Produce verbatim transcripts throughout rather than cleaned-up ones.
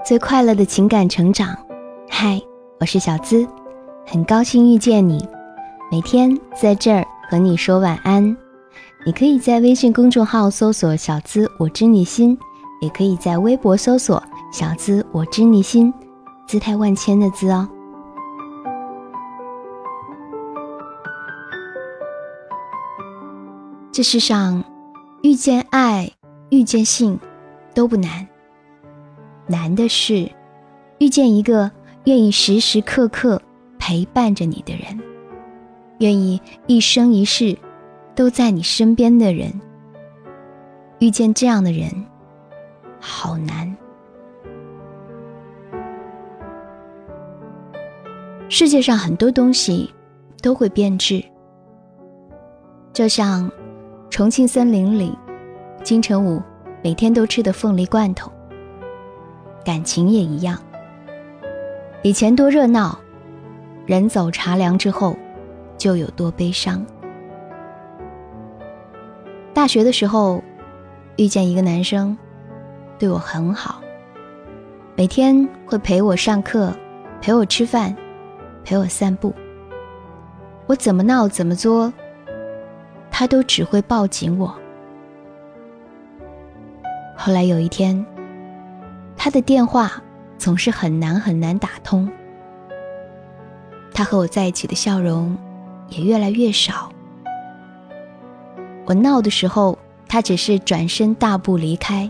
最快乐的情感成长。嗨，我是小资，很高兴遇见你，每天在这儿和你说晚安。你可以在微信公众号搜索小资我知你心，也可以在微博搜索小资我知你心，姿态万千的资哦。这世上遇见爱遇见性都不难，难的是遇见一个愿意时时刻刻陪伴着你的人，愿意一生一世都在你身边的人。遇见这样的人好难。世界上很多东西都会变质，就像重庆森林里金城武每天都吃的凤梨罐头，感情也一样。以前多热闹，人走茶凉之后就有多悲伤。大学的时候遇见一个男生，对我很好，每天会陪我上课，陪我吃饭，陪我散步。我怎么闹怎么作，他都只会抱紧我。后来有一天，他的电话总是很难很难打通，他和我在一起的笑容也越来越少。我闹的时候，他只是转身大步离开。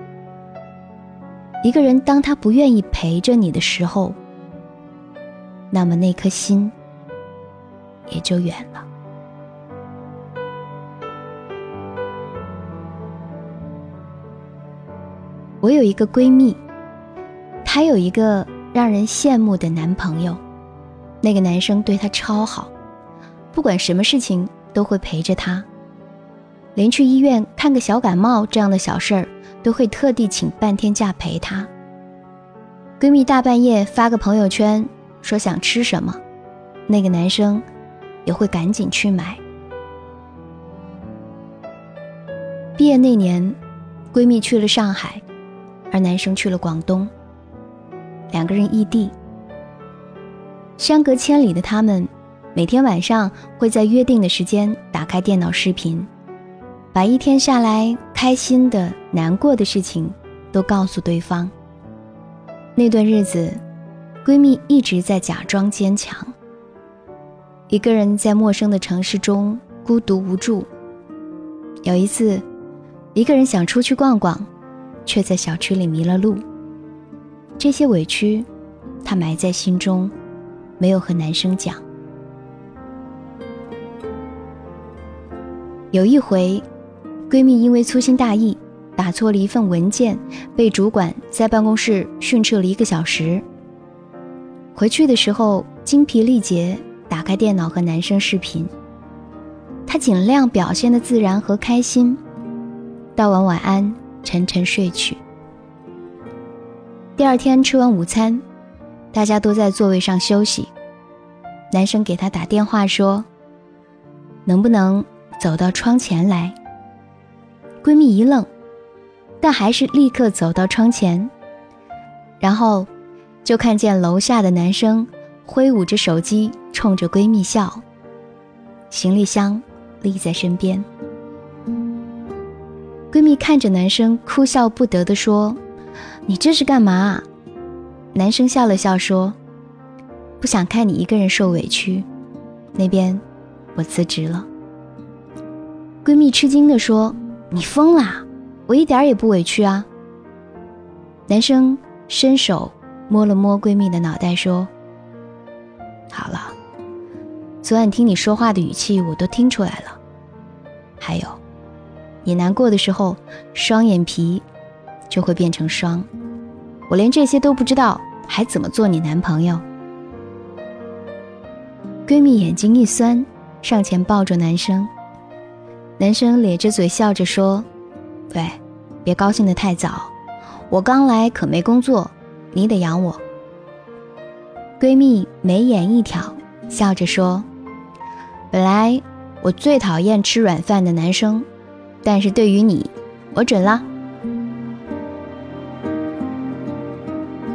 一个人当他不愿意陪着你的时候，那么那颗心也就远了。我有一个闺蜜，她有一个让人羡慕的男朋友，那个男生对她超好，不管什么事情都会陪着她，连去医院看个小感冒这样的小事儿都会特地请半天假陪她。闺蜜大半夜发个朋友圈说想吃什么，那个男生也会赶紧去买。毕业那年，闺蜜去了上海，而男生去了广东，两个人异地。相隔千里的他们，每天晚上会在约定的时间打开电脑视频，把一天下来开心的难过的事情都告诉对方。那段日子，闺蜜一直在假装坚强，一个人在陌生的城市中孤独无助。有一次，一个人想出去逛逛，却在小区里迷了路。这些委屈她埋在心中，没有和男生讲。有一回，闺蜜因为粗心大意打错了一份文件，被主管在办公室训斥了一个小时。回去的时候精疲力竭，打开电脑和男生视频，她尽量表现得自然和开心，道完晚安沉沉睡去。第二天吃完午餐，大家都在座位上休息，男生给她打电话说，能不能走到窗前来。闺蜜一愣，但还是立刻走到窗前，然后就看见楼下的男生挥舞着手机冲着闺蜜笑，行李箱立在身边。闺蜜看着男生哭笑不得地说，你这是干嘛？男生笑了笑说，不想看你一个人受委屈，那边我辞职了。闺蜜吃惊地说，你疯啦，我一点也不委屈啊。男生伸手摸了摸闺蜜的脑袋说，好了，昨晚听你说话的语气我都听出来了，还有你难过的时候双眼皮就会变成霜，我连这些都不知道，还怎么做你男朋友？闺蜜眼睛一酸，上前抱住男生。男生咧着嘴笑着说，喂，别高兴得太早，我刚来可没工作，你得养我。闺蜜眉眼一挑，笑着说，本来我最讨厌吃软饭的男生，但是对于你，我准了。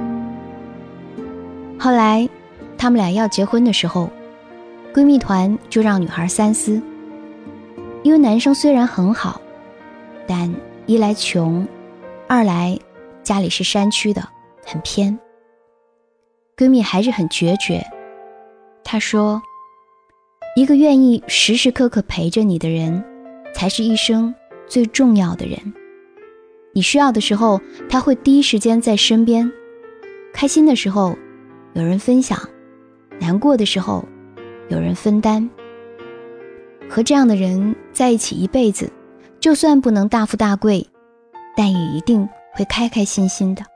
后来他们俩要结婚的时候，闺蜜团就让女孩三思，因为男生虽然很好，但一来穷，二来家里是山区的，很偏。闺蜜还是很决绝，她说，一个愿意时时刻刻陪着你的人，才是一生最重要的人。你需要的时候，他会第一时间在身边，开心的时候有人分享，难过的时候有人分担。和这样的人在一起一辈子，就算不能大富大贵，但也一定会开开心心的。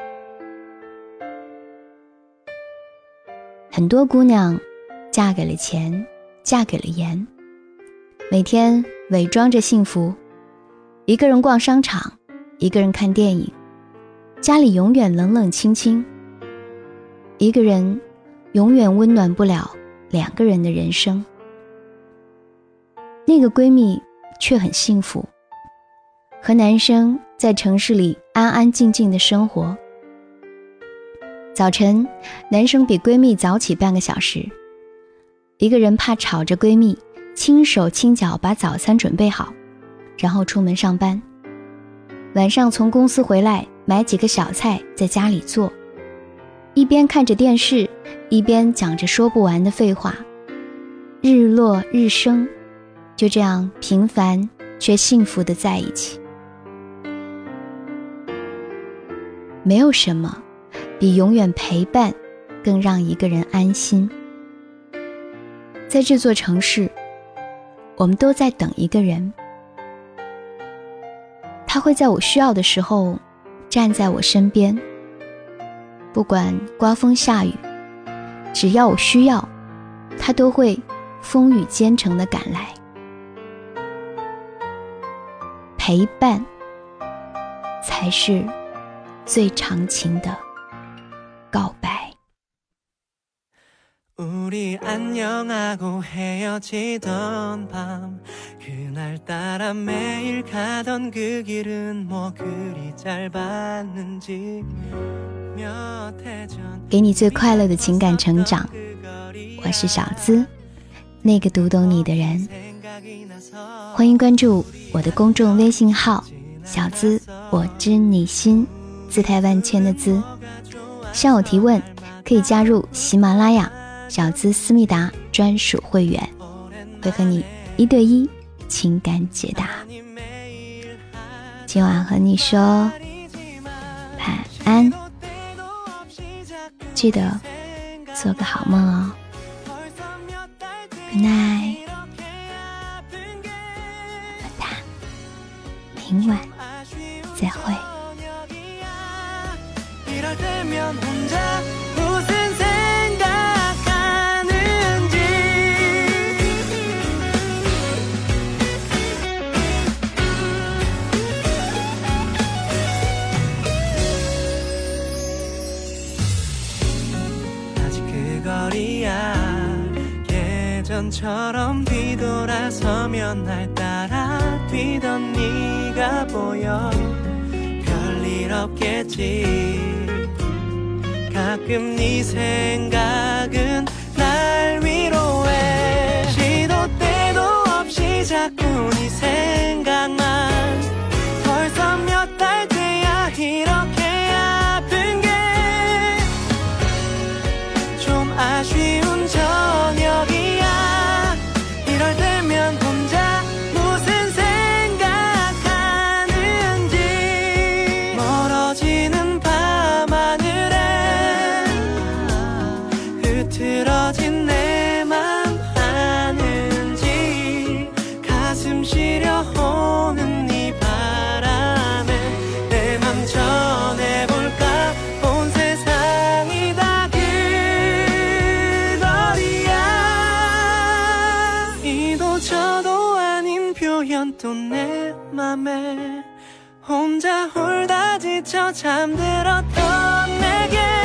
很多姑娘嫁给了钱，嫁给了颜，每天伪装着幸福，一个人逛商场，一个人看电影，家里永远冷冷清清，一个人永远温暖不了两个人的人生。那个闺蜜却很幸福，和男生在城市里安安静静的生活。早晨，男生比闺蜜早起半个小时，一个人怕吵着闺蜜，轻手轻脚把早餐准备好，然后出门上班。晚上从公司回来，买几个小菜在家里做，一边看着电视，一边讲着说不完的废话。日落日升，就这样平凡却幸福的在一起。没有什么比永远陪伴更让一个人安心。在这座城市，我们都在等一个人，他会在我需要的时候站在我身边，不管刮风下雨，只要我需要，他都会风雨兼程地赶来。陪伴才是最长情的告白。 우리 안녕하고 헤어지던 밤 그날따라 매일 가던 그 길은 뭐 그리 짧았는지 몇 해 전 给你最快乐的情感成长，我是小资，那个读懂你的人。欢迎关注我的公众微信号小资我知你心，姿态万千的资。向我提问可以加入喜马拉雅小资思密达专属会员，会和你一对一情感解答。今晚和你说晚安，记得做个好梦哦。Good night， 么哒，明晚再会。 예전처럼 뒤돌아서면 날 따라 뛰던 네가 보여 별일 없겠지 가끔 네 생각은 날 위로해 시도 때도 없이 자꾸 네 생각만 벌써 몇 달째야 이렇게 아픈 게 좀 아쉬운 저녁이야 이럴 때면 혼자 무슨 생각하는지 멀어지는 밤하늘에 흐트러진 내 맘 아는지 가슴 시려 오는 네 바람에 내 맘 전해볼까 온 세상이 다 저도 아닌 표현 또 내 맘에 혼자 홀다 지쳐 잠들었던 내게